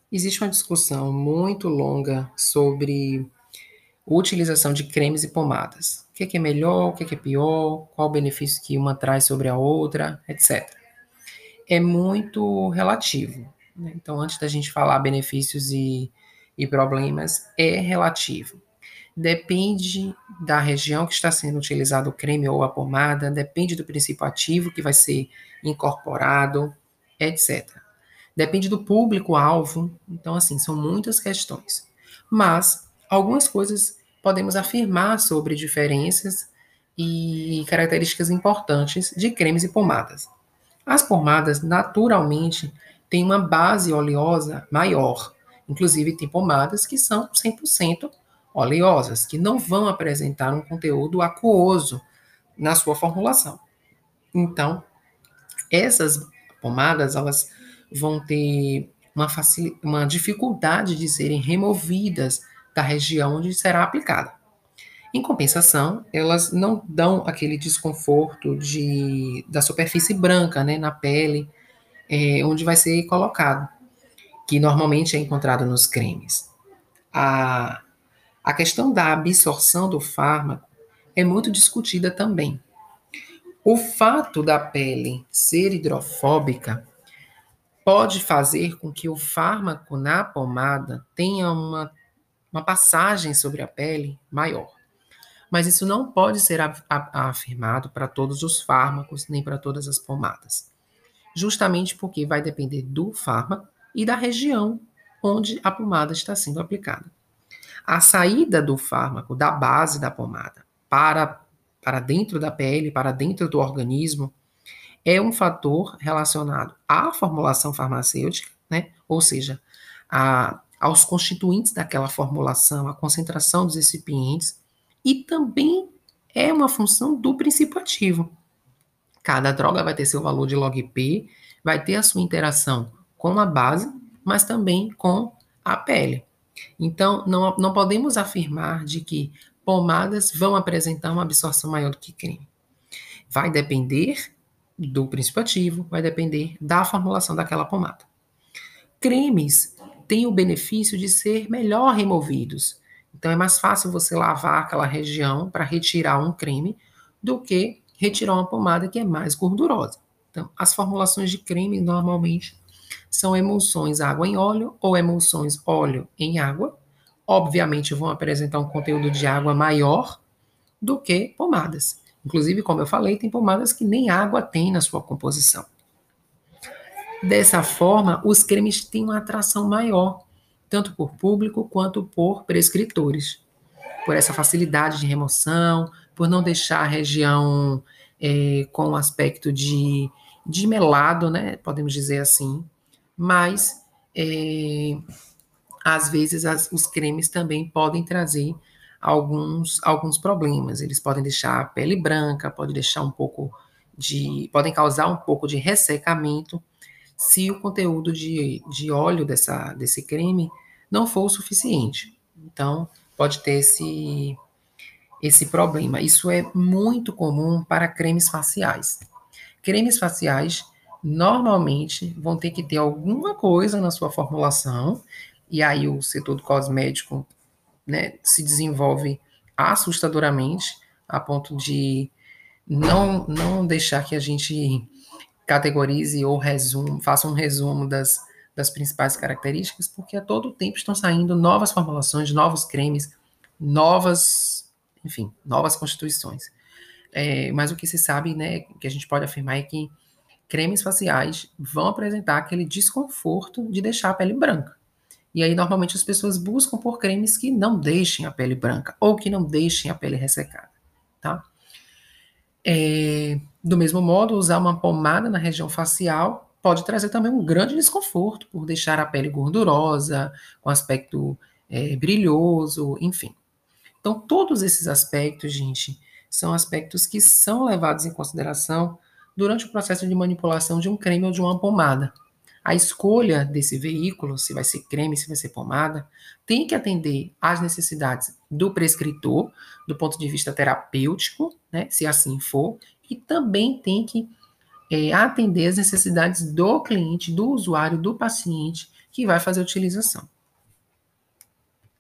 Existe uma discussão muito longa sobre a utilização de cremes e pomadas. O que é melhor, o que é pior, qual o benefício que uma traz sobre a outra, etc. É muito relativo, né? Então, antes da gente falar benefícios e problemas, é relativo. Depende da região que está sendo utilizado o creme ou a pomada, depende do princípio ativo que vai ser incorporado, etc. Depende do público-alvo. Então, assim, são muitas questões. Mas algumas coisas podemos afirmar sobre diferenças e características importantes de cremes e pomadas. As pomadas, naturalmente, têm uma base oleosa maior. Inclusive, tem pomadas que são 100% oleosas, que não vão apresentar um conteúdo aquoso na sua formulação. Então, essas pomadas, elas vão ter uma dificuldade de serem removidas da região onde será aplicada. Em compensação, elas não dão aquele desconforto da superfície branca, né, na pele, onde vai ser colocado, que normalmente é encontrado nos cremes. A, a questão da absorção do fármaco é muito discutida também. O fato da pele ser hidrofóbica pode fazer com que o fármaco na pomada tenha uma passagem sobre a pele maior. Mas isso não pode ser afirmado para todos os fármacos, nem para todas as pomadas. Justamente porque vai depender do fármaco e da região onde a pomada está sendo aplicada. A saída do fármaco da base da pomada para dentro da pele, para dentro do organismo, é um fator relacionado à formulação farmacêutica, né? Ou seja, aos constituintes daquela formulação, à concentração dos recipientes, e também é uma função do princípio ativo. Cada droga vai ter seu valor de log P, vai ter a sua interação com a base, mas também com a pele. Então, não podemos afirmar de que pomadas vão apresentar uma absorção maior do que creme. Vai depender do princípio ativo, vai depender da formulação daquela pomada. Cremes têm o benefício de ser melhor removidos. Então, é mais fácil você lavar aquela região para retirar um creme do que retirar uma pomada que é mais gordurosa. Então, as formulações de creme normalmente são emulsões água em óleo ou emulsões óleo em água. Obviamente, vão apresentar um conteúdo de água maior do que pomadas. Inclusive, como eu falei, tem pomadas que nem água tem na sua composição. Dessa forma, os cremes têm uma atração maior, tanto por público quanto por prescritores, por essa facilidade de remoção, por não deixar a região com um aspecto de melado, né, podemos dizer assim, mas às vezes os cremes também podem trazer alguns problemas. Eles podem deixar a pele branca, podem causar um pouco de ressecamento se o conteúdo de óleo desse creme não for o suficiente. Então, pode ter esse problema. Isso é muito comum para cremes faciais. Cremes faciais normalmente vão ter que ter alguma coisa na sua formulação, e aí o setor do cosmético, né, se desenvolve assustadoramente, a ponto de não deixar que a gente categorize ou faça um resumo das principais características, porque a todo tempo estão saindo novas formulações, novos cremes, enfim, novas constituições. Mas o que se sabe, né, que a gente pode afirmar é que cremes faciais vão apresentar aquele desconforto de deixar a pele branca. E aí, normalmente, as pessoas buscam por cremes que não deixem a pele branca ou que não deixem a pele ressecada, tá? Do mesmo modo, usar uma pomada na região facial pode trazer também um grande desconforto por deixar a pele gordurosa, com aspecto brilhoso, enfim. Então, todos esses aspectos, gente, são aspectos que são levados em consideração durante o processo de manipulação de um creme ou de uma pomada. A escolha desse veículo, se vai ser creme, se vai ser pomada, tem que atender às necessidades do prescritor, do ponto de vista terapêutico, né, se assim for, e também tem que atender às necessidades do cliente, do usuário, do paciente, que vai fazer a utilização.